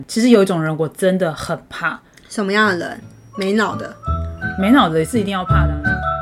其实有一种人我真的很怕。 什么样的人？没脑的。 没脑的也是一定要怕的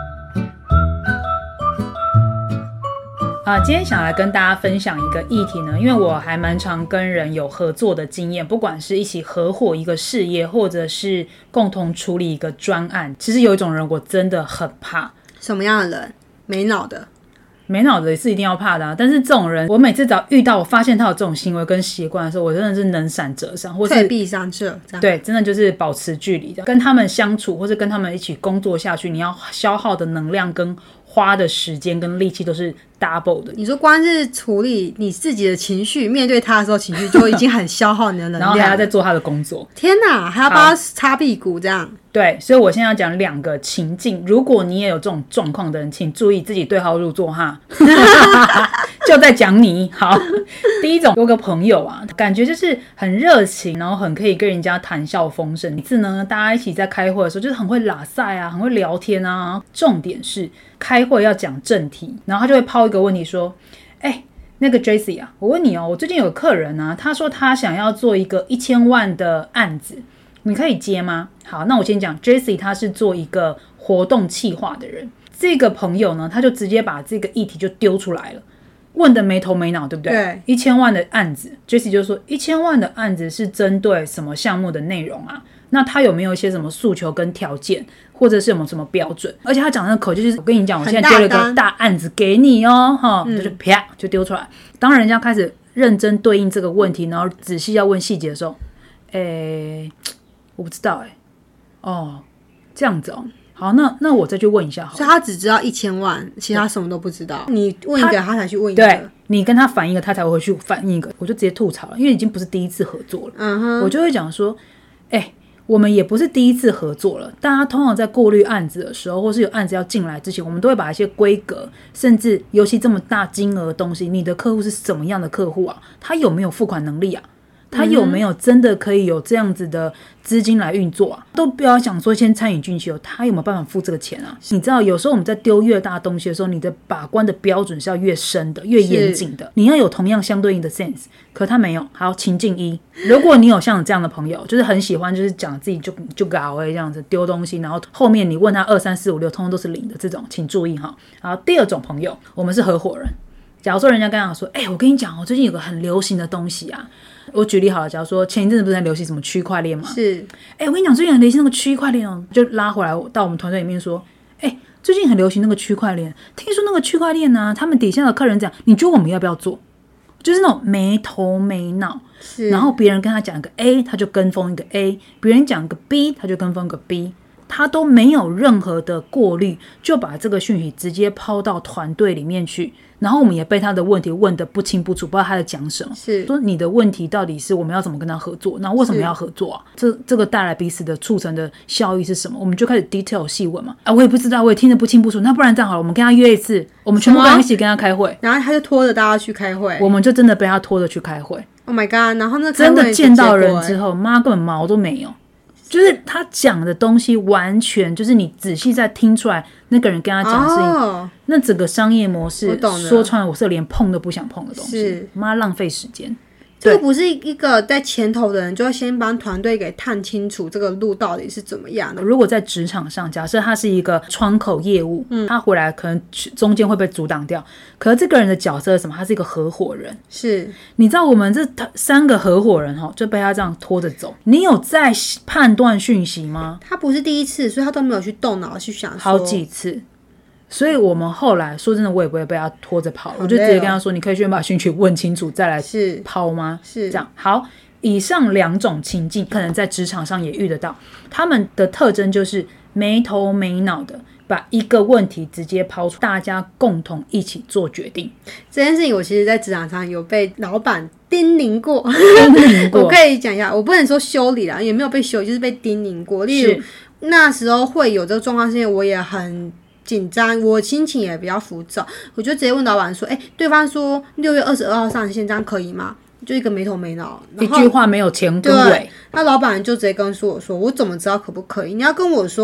今天想来跟大家分享一个议题呢，因为我还蛮常跟人有合作的经验，不管是一起合伙一个事业，或者是共同处理一个专案。其实有一种人我真的很怕。 什么样的人？没脑的。 没脑子也是一定要怕的但是这种人，我每次只要遇到，我发现他有这种行为跟习惯的时候，我真的是能闪则闪，或是退避三舍，这样。 对，真的就是保持距离，跟他们相处，或是跟他们一起工作下去，你要消耗的能量跟花的时间跟力气都是 double 的。 你说光是处理你自己的情绪，面对他的时候情绪就已经很消耗你的能量， 然后还要再做他的工作。 天哪，还要帮他擦屁股这样。 对，所以我现在要讲2个情境，如果你也有这种状况的人，请注意自己对号入座哈。就在讲你。好，第一种，有个朋友啊，感觉就是很热情，然后很可以跟人家谈笑风生。每次呢，大家一起在开会的时候，就是很会拉塞啊，很会聊天啊。重点是开会要讲正题，然后他就会抛一个问题说：“那个 Jessie 啊，我问你哦，我最近有个客人啊，他说他想要做一个1000万的案子。”你可以接吗？好，那我先讲 Jessie 他是做一个活动企划的人。这个朋友呢，他就直接把这个议题就丢出来了，问的没头没脑，对不对？对，1000万的案子 Jessie 就说1000万的案子是针对什么项目的内容啊？那他有没有一些什么诉求跟条件，或者是有没有什么标准？而且他讲的口气就是，我跟你讲，我现在丢了一个大案子给你哦，就啪就丢出来。当人家开始认真对应这个问题，然后仔细要问细节的时候，我不知道这样子哦。好，那我再去问一下好了。 所以他只知道1000万，其他什么都不知道。你问一个，他才去问一个。 对，你跟他反映一个，他才会回去反映一个。我就直接吐槽了，因为已经不是第一次合作了。我就会讲说，我们也不是第一次合作了。大家通常在过滤案子的时候，或是有案子要进来之前，我们都会把一些规格，甚至尤其这么大金额的东西，你的客户是什么样的客户啊？他有没有付款能力啊？他有没有真的可以有这样子的资金来运作啊？都不要想说先参与进去他有没有办法付这个钱啊？你知道有时候我们在丢越大东西的时候，你的把关的标准是要越深的越严谨的，你要有同样相对应的 sense， 可他没有。好，情境一，如果你有像这样的朋友，就是很喜欢就是讲自己就搞这样子丢东西，然后后面你问他2、3、4、5、6通通都是0的这种，请注意哈。好，第二种朋友，我们是合伙人。假如说人家跟他说，我跟你讲最近有个很流行的东西啊，我举例好了，假如说前一阵子不是很流行什么区块链吗？ 是， 我跟你讲最近很流行那个区块链哦，就拉回来到我们团队里面说，最近很流行那个区块链，听说那个区块链啊，他们底下的客人讲，你觉得我们要不要做？就是那种没头没脑，然后别人跟他讲一个 A， 他就跟风一个 A， 别人讲一个 B， 他就跟风一个 B。他都没有任何的过滤，就把这个讯息直接抛到团队里面去，然后我们也被他的问题问得不清不楚，不知道他在讲什么。 是说你的问题到底是我们要怎么跟他合作？那为什么要合作啊？这个带来彼此的促成的效益是什么？我们就开始 detail 细问嘛。我也不知道，我也听得不清不楚。那不然这样好了，我们跟他约一次，我们全部人一起跟他开会， 然后他就拖着大家去开会， 我们就真的被他拖着去开会。 Oh my god！ 然后那真的见到人之后，妈根本毛都没有。就是他讲的东西完全就是你仔细再听出来，那个人跟他讲的事情，那整个商业模式说穿了，我是连碰都不想碰的东西，妈浪费时间。 这个不是一个在前头的人就要先帮团队给探清楚这个路到底是怎么样的。 如果在职场上，假设他是一个窗口业务，他回来可能中间会被阻挡掉，可是这个人的角色是什么？他是一个合伙人。 是， 你知道我们这3个合伙人就被他这样拖着走，你有在判断讯息吗？ 他不是第一次，所以他都没有去动脑去想说好几次。所以我们后来说真的，我也不会被他拖着跑，我就直接跟他说，你可以先把讯息问清楚再来抛吗？是这样。好，以上2种情境可能在职场上也遇得到，他们的特征就是没头没脑的把一个问题直接抛出，大家共同一起做决定。 这件事情我其实在职场上有被老板叮咛过我可以讲一下，我不能说修理啦，也没有被修理，就是被叮咛过。例如那时候会有这个状况，是因为我也很紧张，我心情也比较浮躁，我就直接问老板说，对方说6月22号上线，这样可以吗？就一个没头没脑， 一句话没有前跟尾。 那老板就直接跟我说，我怎么知道可不可以？你要跟我说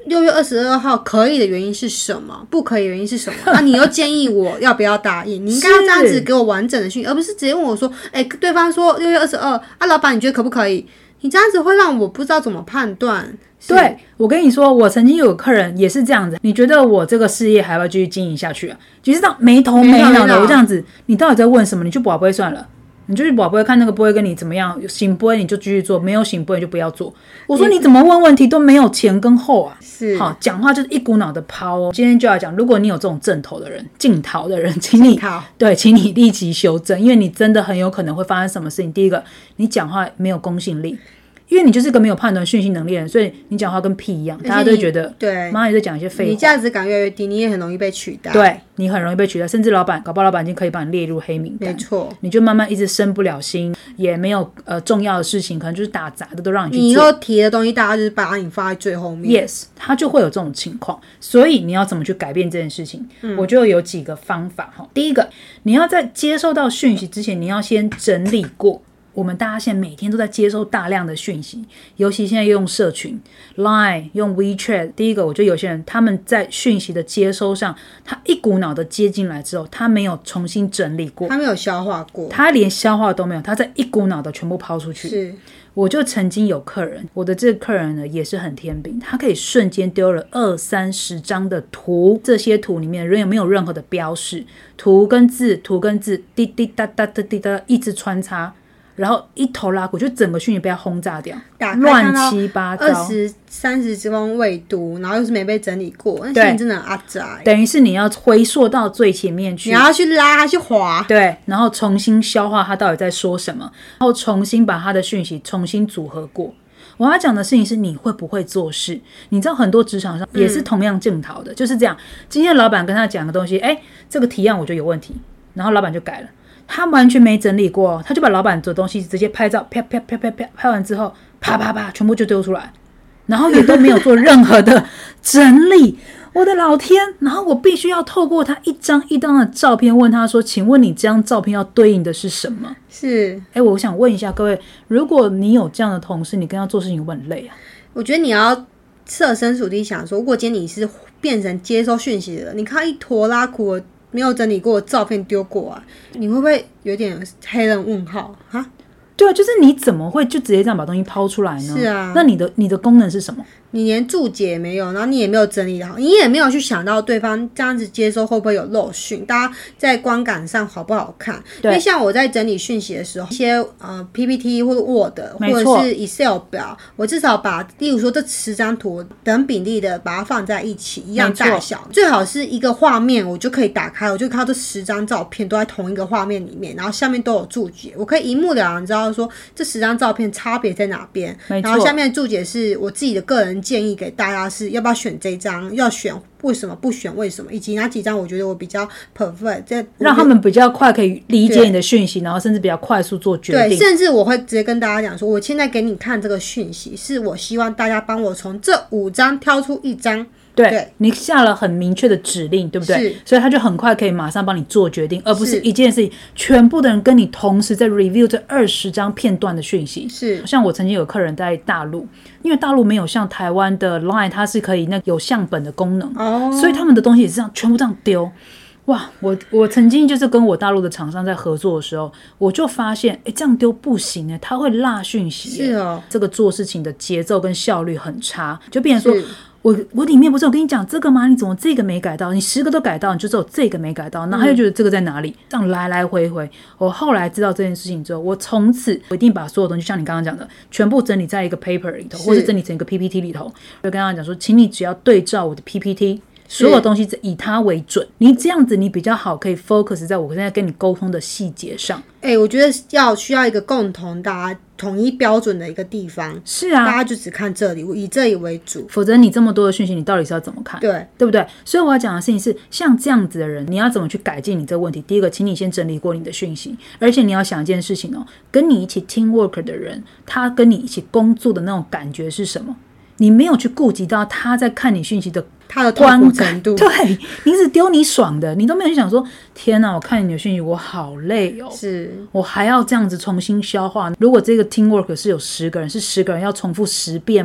6月22号可以的原因是什么，不可以的原因是什么，那你又建议我要不要答应，你应该要这样子给我完整的讯息，而不是直接问我说对方说6月22啊，老板你觉得可不可以，你这样子会让我不知道怎么判断。 对，我跟你说，我曾经有个客人也是这样子，你觉得我这个事业还要继续经营下去啊？就是这样没头没脑的，我这样子，你到底在问什么？你就拔杯算了，你就去拔杯看那个杯跟你怎么样，行杯你就继续做，没有行杯你就不要做。我说你怎么问问题都没有前跟后啊？ 是， 好，讲话就是一股脑的抛哦。今天就要讲，如果你有这种正头的人、镜头的人，请你立即修正，因为你真的很有可能会发生什么事情。第一个，你讲话没有公信力。因为你就是个没有判断讯息能力的人，所以你讲话跟屁一样，大家都会觉得对， 妈也在讲一些废话， 你价值感越来越低，你也很容易被取代。 对，你很容易被取代，甚至搞不好老板已经可以把你列入黑名单， 没错， 你就慢慢一直升不了心，也没有重要的事情，可能就是打杂的都让你去做。 你以后提的东西，大家就是把你放在最后面。 Yes， 他就会有这种情况，所以你要怎么去改变这件事情？我就有几个方法哈。第一个，你要在接受到讯息之前，你要先整理过。我们大家现在每天都在接受大量的讯息，尤其现在用社群 Line 用 WeChat。第一个，我觉得有些人他们在讯息的接收上，他一股脑的接进来之后，他没有重新整理过， 他没有消化过， 他连消化都没有，他在一股脑的全部抛出去。 是， 我就曾经有客人，我的这个客人呢也是很天兵，他可以瞬间丢了20-30张的图，这些图里面没有任何的标示，图跟字滴滴答答的滴答一直穿插。然后一头拉骨，就整个讯息被他轰炸掉，乱七八糟 ，20-30封未读，然后又是没被整理过，那讯息真的很阿杂。 等于是你要回溯到最前面去， 你要去拉去滑， 对，然后重新消化他到底在说什么，然后重新把他的讯息重新组合过。我要讲的事情是你会不会做事。你知道很多职场上也是同样镜头的，就是这样。今天老板跟他讲个东西，这个提案我觉得有问题，然后老板就改了。他完全没整理过，他就把老板的东西直接拍照，啪啪啪啪啪，拍完之后，啪啪啪，全部就丢出来，然后也都没有做任何的整理。我的老天！然后我必须要透过他一张一张的照片问他说：“请问你这张照片要对应的是什么？” 是， 我想问一下各位，如果你有这样的同事，你跟他做事情会不会很累啊？ 我觉得你要设身处地想说，如果今天你是变成接收讯息的人，你看一坨拉苦的没有整理过的照片丢过来，你会不会有点黑人问号哈？ 对啊，就是你怎么会就直接这样把东西抛出来呢？ 是啊， 那你的功能是什么？ 你连注解也没有，然后你也没有整理好，你也没有去想到对方这样子接收会不会有漏讯，大家在观感上好不好看？因为像我在整理讯息的时候，一些PPT 或者 Word 或者是 Excel 表，我至少把例如说这10张图等比例的把它放在一起，一样大小，最好是一个画面，我就可以打开，我就看到这10张照片都在同一个画面里面，然后下面都有注解，我可以一目了然知道说这10张照片差别在哪边，然后下面的注解是我自己的个人建议给大家，是要不要选这张，要选为什么，不选为什么，以及哪几张我觉得我比较 perfect， 让他们比较快可以理解你的讯息，然后甚至比较快速做决定。 对，甚至我会直接跟大家讲说，我现在给你看这个讯息，是我希望大家帮我从这5张挑出1张。 对，你下了很明确的指令，对不对？所以他就很快可以马上帮你做决定，而不是一件事情全部的人跟你同时在 review 这20张片段的讯息。 是， 像我曾经有客人在大陆，因为大陆没有像台湾的 Line 它是可以有相本的功能，所以他们的东西也是这样全部这样丢。哇，我曾经就是跟我大陆的厂商在合作的时候，我就发现这样丢不行耶，他会落讯息耶。 是哦，这个做事情的节奏跟效率很差，就变成说我里面不是有跟你讲这个吗？你怎么这个没改到？你10个都改到，你就只有这个没改到，然后他就觉得这个在哪里？这样来来回回。我后来知道这件事情之后，我从此我一定把所有东西，像你刚刚讲的，全部整理在一个 paper 里头，或者整理成一个 PPT 里头。就跟他讲说，请你只要对照我的 PPT。所有东西以它为准，你这样子你比较好可以 focus 在我现在跟你沟通的细节上。 我觉得需要一个共同大家统一标准的一个地方。 是啊， 大家就只看这里，以这里为主， 否则你这么多的讯息，你到底是要怎么看？ 对不对？所以我要讲的事情是，像这样子的人，你要怎么去改进你这个问题？第一个，请你先整理过你的讯息，而且你要想一件事情跟你一起 teamwork 的人，他跟你一起工作的那种感觉是什么？你没有去顾及到他在看你讯息的他的痛苦程度， 对，你只丢你爽的，你都没有去想说，天哪，我看你的讯息我好累哦， 是我还要这样子重新消化。如果这个 teamwork 是有10个人，是10个人要重复10遍吗？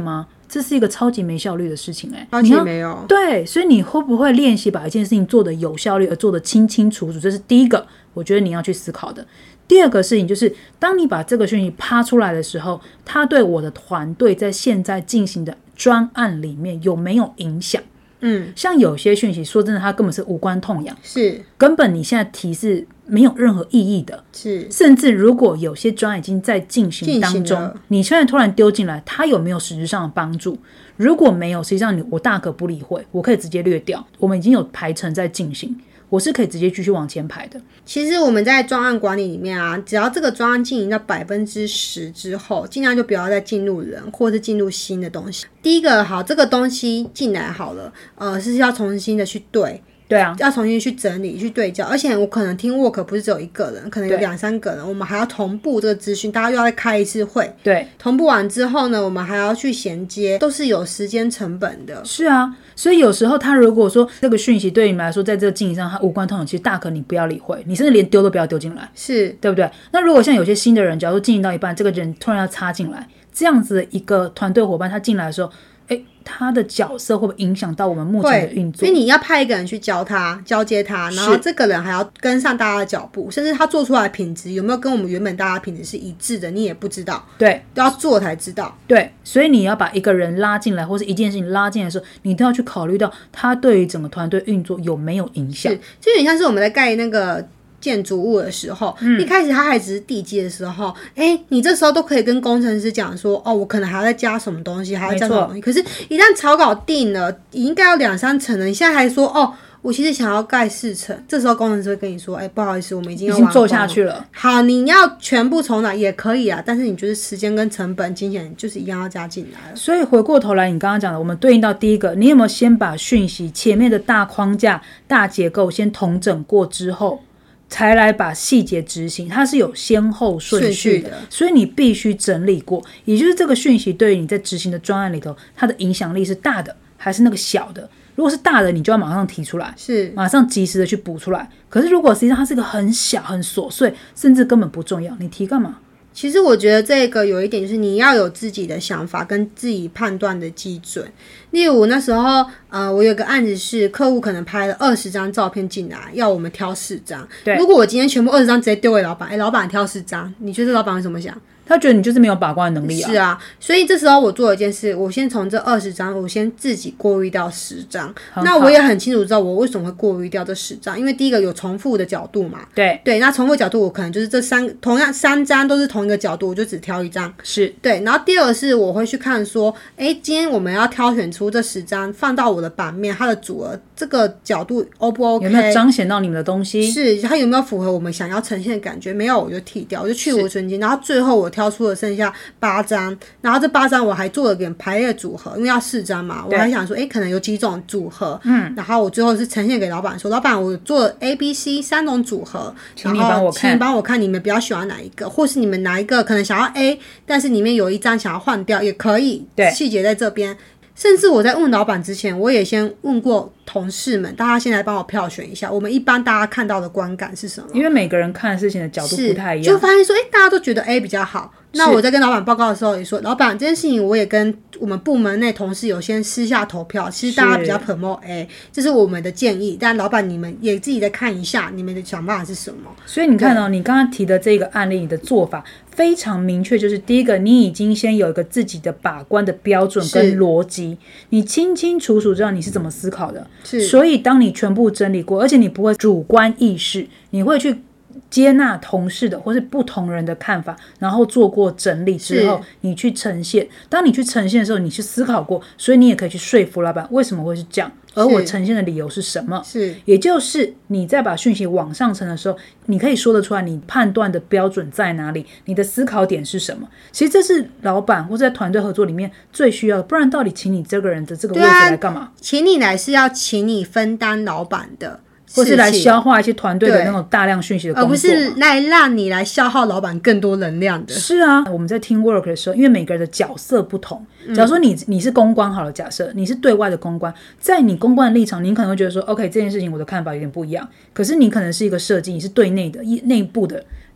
这是一个超级没效率的事情超级没有。 对，所以你会不会练习把一件事情做得有效率，而做得清清楚楚？这是第一个，我觉得你要去思考的。第二个事情就是，当你把这个讯息趴出来的时候，它对我的团队在现在进行的专案里面有没有影响？像有些讯息，说真的，它根本是无关痛痒， 是根本你现在提是没有任何意义的， 是甚至如果有些专案已经在进行当中，你现在突然丢进来，它有没有实质上的帮助？如果没有，实际上我大可不理会，我可以直接略掉。我们已经有排程在进行，我是可以直接继续往前排的。 其实我们在专案管理里面啊，只要这个专案进行到10%之后，尽量就不要再进入人或是进入新的东西。第一个，好，这个东西进来好了，是要重新的去对啊， 要重新去整理去对焦，而且我可能听 work 不是只有一个人，可能有2-3个人，我们还要同步这个资讯，大家又要再开一次会。 对， 同步完之后呢，我们还要去衔接，都是有时间成本的。 是啊，所以有时候他如果说这个讯息对你们来说，在这个进行上它无关痛痒，其实大可你不要理会，你甚至连丢都不要丢进来， 是对不对？那如果像有些新的人，假如说进行到一半，这个人突然要插进来，这样子的一个团队伙伴，他进来的时候，他的角色会不会影响到我们目前的运作？ 所以你要派一个人去教他、交接他，然后这个人还要跟上大家的脚步，甚至他做出来的品质有没有跟我们原本大家的品质是一致的，你也不知道。对，都要做才知道。 对，所以你要把一个人拉进来，或是一件事情拉进来的时候，你都要去考虑到他对于整个团队运作有没有影响。 就有点像是我们在盖那个建筑物的时候，一开始它还只是地基的时候，你这时候都可以跟工程师讲说，我可能还要再加什么东西，还要加什么东西。可是，一旦草稿定了，应该要2-3层了，你现在还说，我其实想要盖4层，这时候工程师会跟你说，不好意思，我们已经做下去了。 好，你要全部重来也可以啊，但是你就是时间跟成本、金钱就是一样要加进来了。 所以回过头来，你刚刚讲的，我们对应到第一个，你有没有先把讯息前面的大框架、大结构先统整过之后？才来把细节执行，它是有先后顺序的，所以你必须整理过，也就是这个讯息对于你在执行的专案里头，它的影响力是大的还是那个小的？如果是大的，你就要马上提出来，是马上及时的去补出来。可是如果实际上它是一个很小、很琐碎，甚至根本不重要，你提干嘛？ 其实我觉得这个有一点就是你要有自己的想法跟自己判断的基准。例如那时候我有个案子是客户可能拍了20张照片进来，要我们挑4张。对，如果我今天全部20张直接丢给老板，老板挑4张，你觉得老板会怎么想？ 他觉得你就是没有把关的能力啊。 是啊，所以这时候我做了一件事，我先从这20张，我先自己过滤掉10张。那我也很清楚知道我为什么会过滤掉这10张，因为第一个有重复的角度嘛。对，那重复的角度我可能就是同样3张都是同一个角度，我就只挑1张。是对，然后第二个是我会去看说，今天我们要挑选出这10张放到我的版面，它的组合这个角度 O 不 OK？ 有没有彰显到你们的东西？ 是它有没有符合我们想要呈现的感觉？没有我就剔掉，我就去无存菁。然后最后我挑出了剩下8张，然后这8张我还做了点排列组合，因为要4张嘛，我还想说，可能有几种组合，然后我最后是呈现给老板说，老板我做了 A、B、C 3种组合， 请你帮我看， 你们比较喜欢哪一个，或是你们哪一个可能想要 A， 但是里面有1张想要换掉也可以，对，细节在这边。甚至我在问老板之前，我也先问过同事们，大家先来帮我票选一下，我们一般大家看到的观感是什么？ 因为每个人看事情的角度不太一样， 就发现说，大家都觉得 A 比较好。那我在跟老板报告的时候也说，老板这件事情我也跟我们部门内同事有先私下投票，其实大家比较 promote A， 这是我们的建议，但老板你们也自己再看一下，你们的想法是什么？ 所以你看你刚刚提的这个案例，你的做法非常明确，就是第一个，你已经先有一个自己的把关的标准跟逻辑，你清清楚楚知道你是怎么思考的，所以当你全部整理过，而且你不会主观意识，你会去接纳同事的或是不同人的看法，然后做过整理之后你去呈现。当你去呈现的时候，你去思考过，所以你也可以去说服老板为什么会是这样，而我呈现的理由是什么。也就是你在把讯息往上呈的时候，你可以说得出来你判断的标准在哪里，你的思考点是什么。其实这是老板或者在团队合作里面最需要的，不然到底请你这个人的这个位置来干嘛？ 请你来是要请你分担老板的， 或是来消化一些团队的那种大量讯息的工作， 而不是来让你来消耗老板更多能量的。 是啊，我们在听 work 的时候，因为每个人的角色不同，假如说你是公关好了，假设你是对外的公关，在你公关的立场，你可能会觉得说 OK 这件事情我的看法有点不一样，可是你可能是一个设计，你是对内的内部的，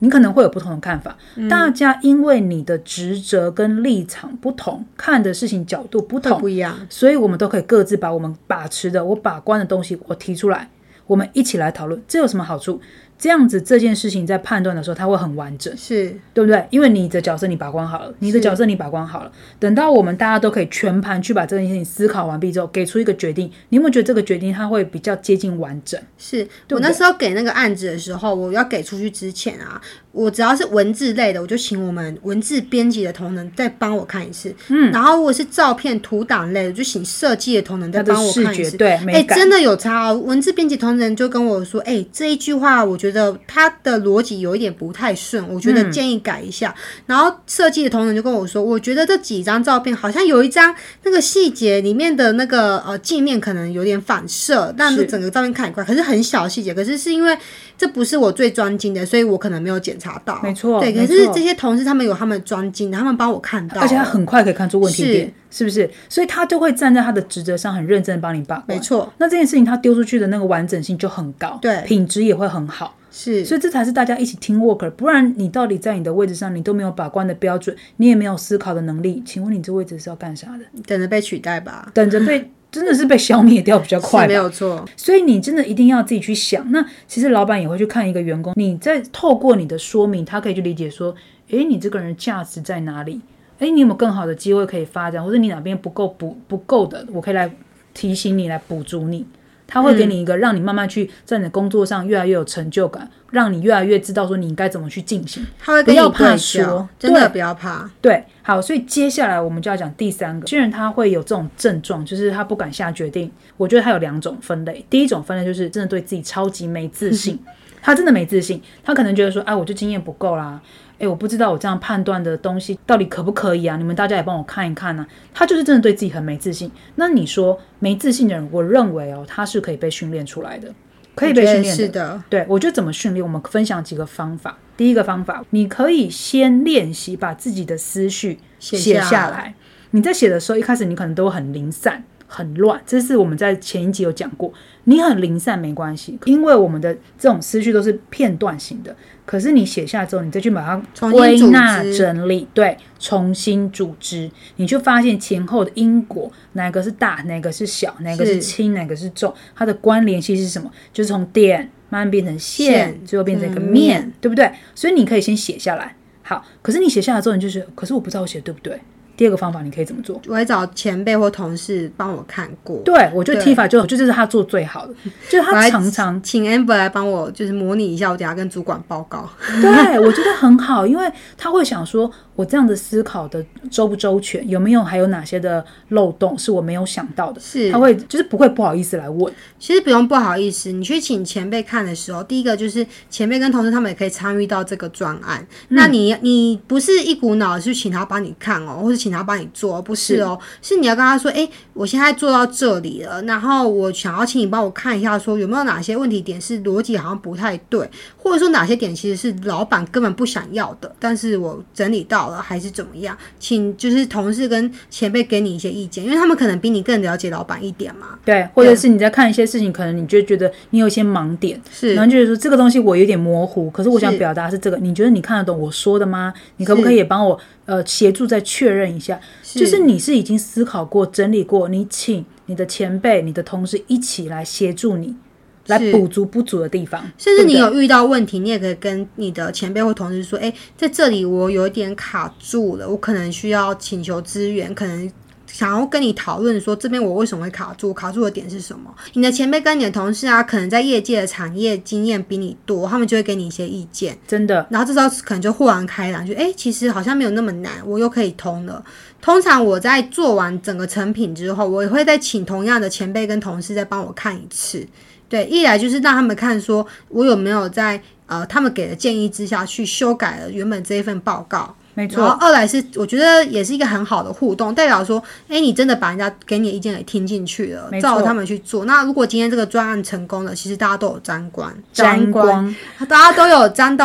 你可能会有不同的看法。大家因为你的职责跟立场不同，看的事情角度不同， 不一样， 所以我们都可以各自把我们把持的、我把关的东西我提出来，我们一起来讨论，这有什么好处？这样子这件事情在判断的时候它会很完整， 是对不对？因为你的角色你把关好了，你的角色你把关好了，等到我们大家都可以全盘去把这件事情思考完毕之后，给出一个决定，你有没有觉得这个决定它会比较接近完整？ 是我那时候给那个案子的时候，我要给出去之前啊，我只要是文字类的，我就请我们文字编辑的同仁再帮我看一次。然后如果是照片图档类的，就请设计的同仁再帮我看一次。 对，美感真的有差哦。文字编辑同仁就跟我说，这一句话我觉得他的逻辑有一点不太顺，我觉得建议改一下。然后设计的同仁就跟我说，我觉得这几张照片好像有一张那个细节里面的那个镜面可能有点反射，但是整个照片看很快，可是很小的细节，可是因为这不是我最专精的，所以我可能没有检查到。 没错， 对，可是这些同事他们有他们的专精，他们帮我看到， 而且他很快可以看出问题点，是不是？所以他就会站在他的职责上很认真的帮你把关。 没错， 那这件事情他丢出去的那个完整性就很高， 对， 品质也会很好。 是， 所以这才是大家一起 team work， 不然你到底在你的位置上，你都没有把关的标准，你也没有思考的能力，请问你这位置是要干啥的？ 等着被取代吧， 等着被真的是被消灭掉比较快吧， 没有错。 所以你真的一定要自己去想。那其实老板也会去看一个员工，你在透过你的说明，他可以去理解说，你这个人价值在哪里？你有没有更好的机会可以发展，或者你哪边不够的，我可以来提醒你，来补足你。他会给你一个让你慢慢去在你的工作上越来越有成就感，让你越来越知道说你应该怎么去进行。 他会跟你不要怕说， 真的不要怕。 对，好，所以接下来我们就要讲第三个。有些人他会有这种症状，就是他不敢下决定。我觉得他有2种分类。第一种分类就是真的对自己超级没自信，他真的没自信，他可能觉得说，我就经验不够啦。我不知道我这样判断的东西到底可不可以啊？你们大家也帮我看一看啊。他就是真的对自己很没自信。那你说没自信的人，我认为他是可以被训练出来的，可以被训练的。 是的， 对，我觉得怎么训练，我们分享几个方法。第一个方法，你可以先练习把自己的思绪写下来。你在写的时候，一开始你可能都很零散、很乱，这是我们在前一集有讲过。你很零散没关系，因为我们的这种思绪都是片段型的。可是你写下之后，你再去把它归纳整理，对，重新组织，你就发现前后的因果，哪个是大，哪个是小，哪个是轻，哪个是重，它的关联性是什么？就是从点慢慢变成线，最后变成一个面，对不对？所以你可以先写下来。好，可是你写下来之后，你就是可是我不知道我写的对不对？第二个方法你可以怎么做？ 我会找前辈或同事帮我看过。 对，我觉得 Tifa 就是他做最好的，就是他常常请 Amber 来帮我，就是模拟一下，我等一下跟主管报告。 对，我觉得很好，因为他会想说，我这样的思考的周不周全，有没有还有哪些的漏洞是我没有想到的？ 是， 他会就是不会不好意思来问。 其实不用不好意思，你去请前辈看的时候，第一个就是前辈跟同事他们也可以参与到这个专案。那你不是一股脑的去请他帮你看哦，或是请他帮你做，不是哦，是你要跟他说，我现在做到这里了，然后我想要请你帮我看一下，说有没有哪些问题点是逻辑好像不太对，或者说哪些点其实是老板根本不想要的，但是我整理到了还是怎么样，请就是同事跟前辈给你一些意见，因为他们可能比你更了解老板一点嘛。 对，或者是你在看一些事情，可能你就觉得你有一些盲点， 是， 然后就是说这个东西我有点模糊，可是我想表达是这个，你觉得你看得懂我说的吗？你可不可以也帮我协助再确认一下？就是你是已经思考过、整理过，你请你的前辈、你的同事一起来协助你，来补足不足的地方。 甚至你有遇到问题，你也可以跟你的前辈或同事说：“在这里我有点卡住了，我可能需要请求支援，可能。”想要跟你讨论说这边我为什么会卡住的点是什么？你的前辈跟你的同事啊，可能在业界的产业经验比你多，他们就会给你一些意见， 真的。然后这时候可能就豁然开朗，就其实好像没有那么难，我又可以通了。通常我在做完整个成品之后，我也会再请同样的前辈跟同事再帮我看一次。对，一来就是让他们看说我有没有在他们给的建议之下去修改了原本这一份报告。 没错， 然后二来是我觉得也是一个很好的互动，代表说你真的把人家给你的意见给听进去了，照着他们去做。那如果今天这个专案成功了，其实大家都有沾光， 大家都有沾到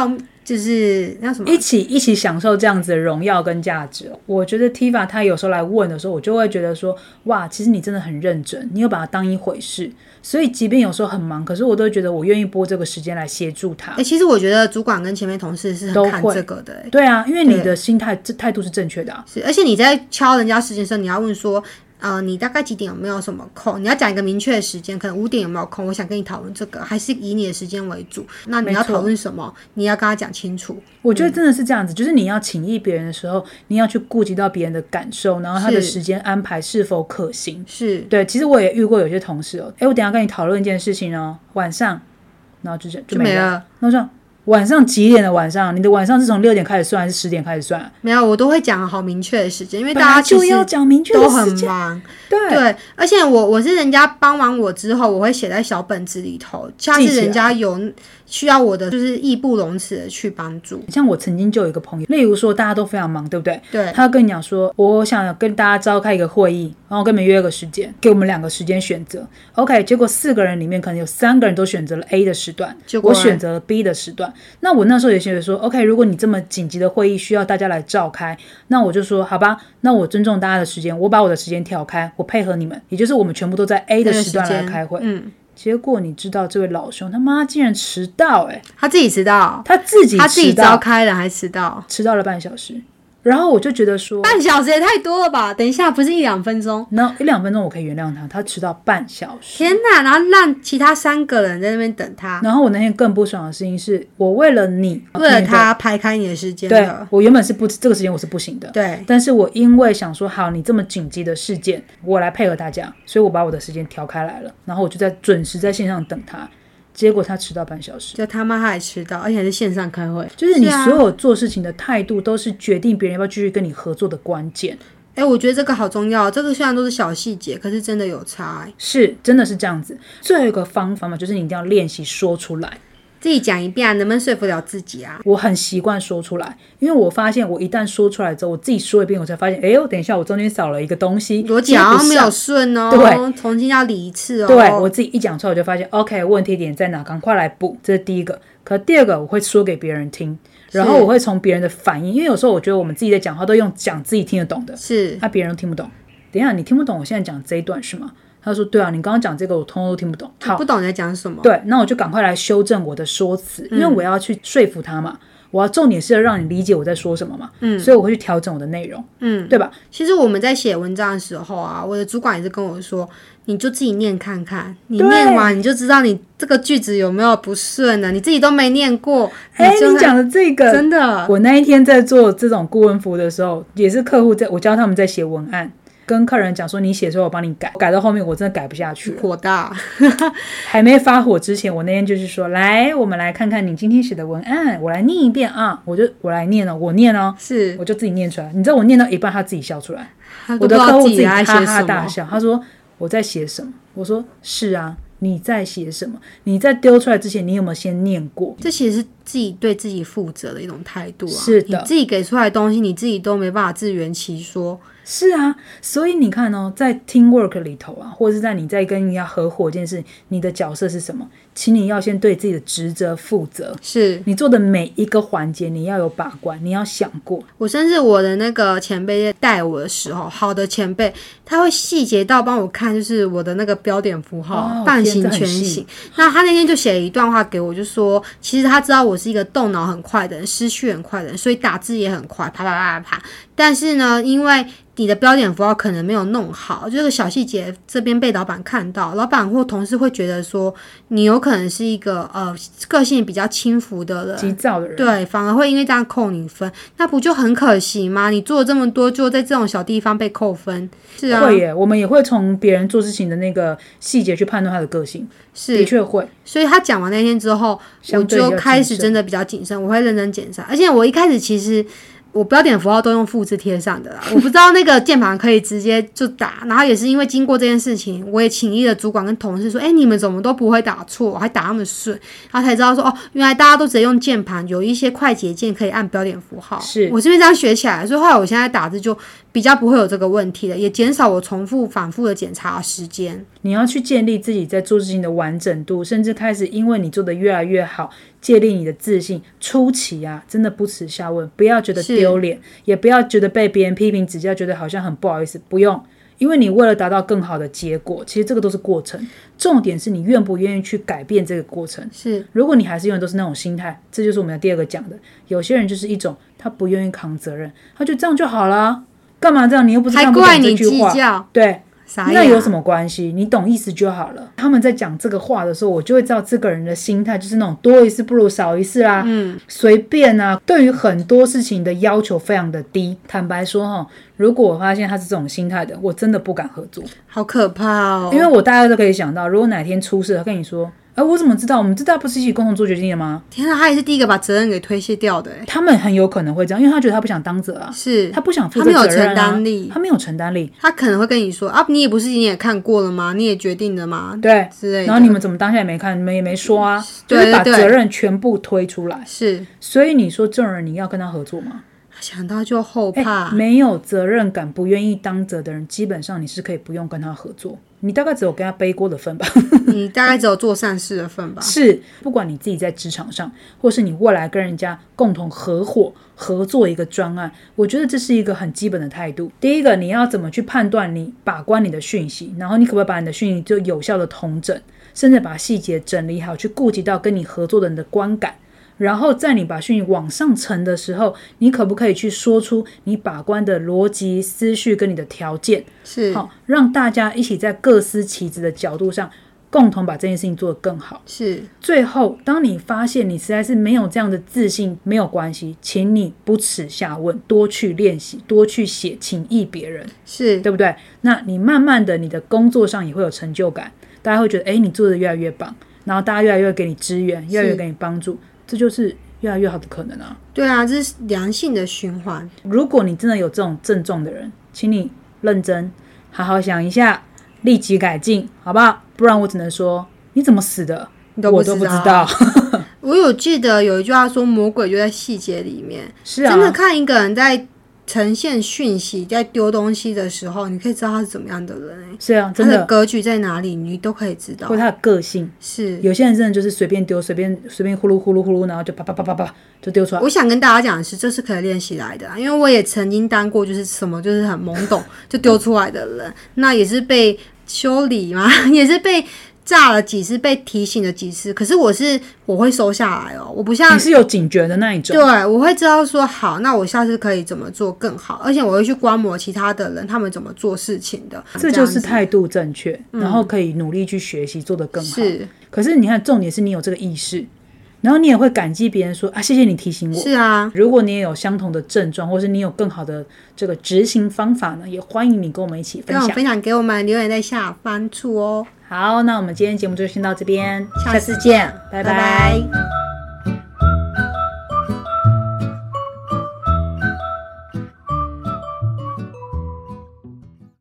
就是那什么一起享受这样子的荣耀跟价值。我觉得 Tifa 她有时候来问的时候，我就会觉得说，哇，其实你真的很认真，你有把它当一回事。所以即便有时候很忙，可是我都会觉得我愿意拨这个时间来协助他。 其实我觉得主管跟前面同事是很看这个的。 对啊，因为你的心态态度是正确的啊。 是，而且你在敲人家时间的时候，你要问说你大概几点有没有什么空？你要讲一个明确的时间，可能5点有没有空？我想跟你讨论这个，还是以你的时间为主？那你要讨论什么？你要跟他讲清楚。 我觉得真的是这样子，就是你要请益别人的时候，你要去顾及到别人的感受，然后他的时间安排是否可行。 是对，其实我也遇过有些同事我等一下跟你讨论一件事情晚上，然后就没了。然后说晚上几点的晚上？你的晚上是从6点开始算还是10点开始算？ 没有，我都会讲好明确的时间，因为大家就要讲明确的时间， 都很忙。 对， 而且我是人家帮完我之后，我会写在小本子里头，下次人家有需要我的，就是义不容辞的去帮助。 像我曾经就有一个朋友，例如说大家都非常忙，对不对？ 对。 他跟你讲说，我想跟大家召开一个会议，然后跟你们约个时间，给我们2个时间选择。OK， 结果4个人里面可能有3个人都选择了 A 的时段，我选择了 B 的时段。那我那时候也觉得说 ，OK， 如果你这么紧急的会议需要大家来召开，那我就说好吧，那我尊重大家的时间，我把我的时间调开，我配合你们，也就是我们全部都在 A 的时段来开会。结果你知道这位老兄他妈竟然迟到他自己迟到， 他自己召开了还迟到了半小时。然后我就觉得说， 半小时也太多了吧？等一下，不是1-2分钟？ 那1-2分钟我可以原谅他，他迟到半小时。 天哪！然后让其他3个人在那边等他。 然后我那天更不爽的事情是，我为了他排开你的时间。 对，我原本是这个时间我是不行的。 对。 但是我因为想说，好，你这么紧急的事件，我来配合大家，所以我把我的时间调开来了。然后我就准时在线上等他。结果他迟到半小时， 就他妈他还迟到，而且还是线上开会。 就是你所有做事情的态度，都是决定别人要不要继续跟你合作的关键。 我觉得这个好重要，这个虽然都是小细节，可是真的有差。 是，真的是这样子。最后一个方法嘛，就是你一定要练习说出来。 自己讲一遍能不能说服了自己啊？ 我很习惯说出来，因为我发现我一旦说出来之后，我自己说一遍，我才发现，等一下我中间少了一个东西， 逻辑好像没有顺哦， 对， 重新要理一次哦。 对，我自己一讲出来，我就发现 OK， 问题点在哪，赶快来补，这是第一个。可第二个，我会说给别人听，然后我会从别人的反应，因为有时候我觉得我们自己在讲话都用讲自己听得懂的， 是， 别人都听不懂。等一下，你听不懂我现在讲这一段是吗？他说对啊，你刚刚讲这个我通通都听不懂。好， 不懂你在讲什么。 对，那我就赶快来修正我的说辞，因为我要去说服他嘛，我要重点是要让你理解我在说什么嘛，所以我会去调整我的内容，对吧？ 其实我们在写文章的时候啊，我的主管也是跟我说，你就自己念看看，你念完你就知道你这个句子有没有不顺了，你自己都没念过。 你讲的这个真的， 我那一天在做这种顾问服务的时候，也是客户我教他们在写文案。跟客人讲说你写的时候我帮你改到后面我真的改不下去了， 火大还没发火之前，我那天就是说，来我们来看看你今天写的文案，我来念一遍啊，我来念我念是我就自己念出来，你知道我念到一半他自己笑出来，我的客户自己哈哈大笑，他说我在写什么，我说是啊，你在写什么？你在丢出来之前，你有没有先念过？ 这其实是自己对自己负责的一种态度啊。 是的， 你自己给出来的东西，你自己都没办法自圆其说。 是啊，所以你看在 teamwork 里头啊，或者是在你在跟人家合伙这件事，你的角色是什么？请你要先对自己的职责负责。 是你做的每一个环节，你要有把关，你要想过。 我甚至我的那个前辈带我的时候，好的前辈，他会细节到帮我看，就是我的那个标点符号，半形、全形。那他那天就写了一段话给我，就说，其实他知道我是一个动脑很快的人，思绪很快的人，所以打字也很快，啪啪啪啪啪。但是呢，因为你的标点符号可能没有弄好，这个小细节这边被老板看到，老板或同事会觉得说你有可能是一个个性比较轻浮的人， 急躁的人， 对，反而会因为这样扣你分，那不就很可惜吗？你做了这么多，就在这种小地方被扣分，是啊， 会耶，我们也会从别人做事情的那个细节去判断他的个性，是的确会。 所以他讲完那天之后，我就开始真的比较谨慎，我会认真检查，而且我一开始其实。我标点符号都用复制贴上的啦，我不知道那个键盘可以直接就打，然后也是因为经过这件事情，我也请益了主管跟同事说，你们怎么都不会打错，还打那么顺，然后才知道说原来大家都直接用键盘，有一些快捷键可以按标点符号，是我是因为这样学起来，所以后来我现在打字就比较不会有这个问题的，也减少我重复反复的检查时间。 你要去建立自己在做事情的完整度，甚至开始因为你做的越来越好，建立你的自信。初期啊，真的不耻下问，不要觉得丢脸，也不要觉得被别人批评指教，觉得好像很不好意思，不用。因为你为了达到更好的结果，其实这个都是过程，重点是你愿不愿意去改变这个过程。 是， 如果你还是永远都是那种心态，这就是我们的第二个讲的，有些人就是一种他不愿意扛责任，他就这样就好了，干嘛这样？你又不是看不懂这句话， 还怪你计较， 对，那有什么关系？你懂意思就好了。他们在讲这个话的时候，我就会知道这个人的心态就是那种多一事不如少一事啦，随便啊，对于很多事情的要求非常的低。坦白说如果我发现他是这种心态的，我真的不敢合作。 好可怕哦！ 因为我大家都可以想到，如果哪天出事，他跟你说我怎么知道？我们知道不是一起共同做决定的吗？ 天啊，他也是第一个把责任给推卸掉的。 他们很有可能会这样，因为他觉得他不想当责啊， 是他不想负责责任啊， 他没有承担力， 他没有承担力， 他可能会跟你说你也不是你也看过了吗？你也决定了吗？ 对， 之类的。 然后你们怎么当下也没看，你们也没说啊，就是把责任全部推出来。 是， 所以你说这种人你要跟他合作吗？ 想到就后怕。 没有责任感、不愿意当责的人，基本上你是可以不用跟他合作。你大概只有跟他背锅的份吧， 你大概只有做善事的份吧。 是，不管你自己在职场上，或是你未来跟人家共同合作一个专案，我觉得这是一个很基本的态度。第一个，你要怎么去判断你把关你的讯息，然后你可不可以把你的讯息就有效的统整，甚至把细节整理好，去顾及到跟你合作的人的观感。然后在你把讯息往上层的时候，你可不可以去说出你把关的逻辑思绪跟你的条件， 是好让大家一起在各司其职的角度上共同把这件事情做得更好。 是， 最后当你发现你实在是没有这样的自信，没有关系，请你不耻下问，多去练习，多去写情意别人， 是对不对？那你慢慢的你的工作上也会有成就感，大家会觉得你做的越来越棒，然后大家越来越给你支援，越来越给你帮助，这就是越来越好的可能啊。 对啊，这是良性的循环。 如果你真的有这种症状的人，请你认真好好想一下，立即改进，好不好？不然我只能说你怎么死的我都不知道。 我有记得有一句话说魔鬼就在细节里面。 是啊， 真的看一个人在呈现讯息，在丢东西的时候，你可以知道他是怎么样的人。 是啊，真的， 他的格局在哪里，你都可以知道。 或他的个性， 是有些人真的就是随便丢，随便呼噜呼噜呼噜，然后就啪啪啪啪啪就丢出来。 我想跟大家讲的是，这是可以练习来的，因为我也曾经当过就是什么就是很懵懂就丢出来的人，那也是被修理嘛，也是被炸了几次，被提醒了几次，可是我会收下来哦，我不像你是有警觉的那一种。 对，我会知道说好，那我下次可以怎么做更好，而且我会去观摩其他的人他们怎么做事情的， 这就是态度正确，然后可以努力去学习做得更好。 是， 可是你看，重点是你有这个意识，然后你也会感激别人说谢谢你提醒我。 是啊， 如果你也有相同的症状，或是你有更好的这个执行方法呢，也欢迎你跟我们一起分享。 分享给我们，留言在下方处哦。 好，那我们今天节目就先到这边，下次见，拜拜。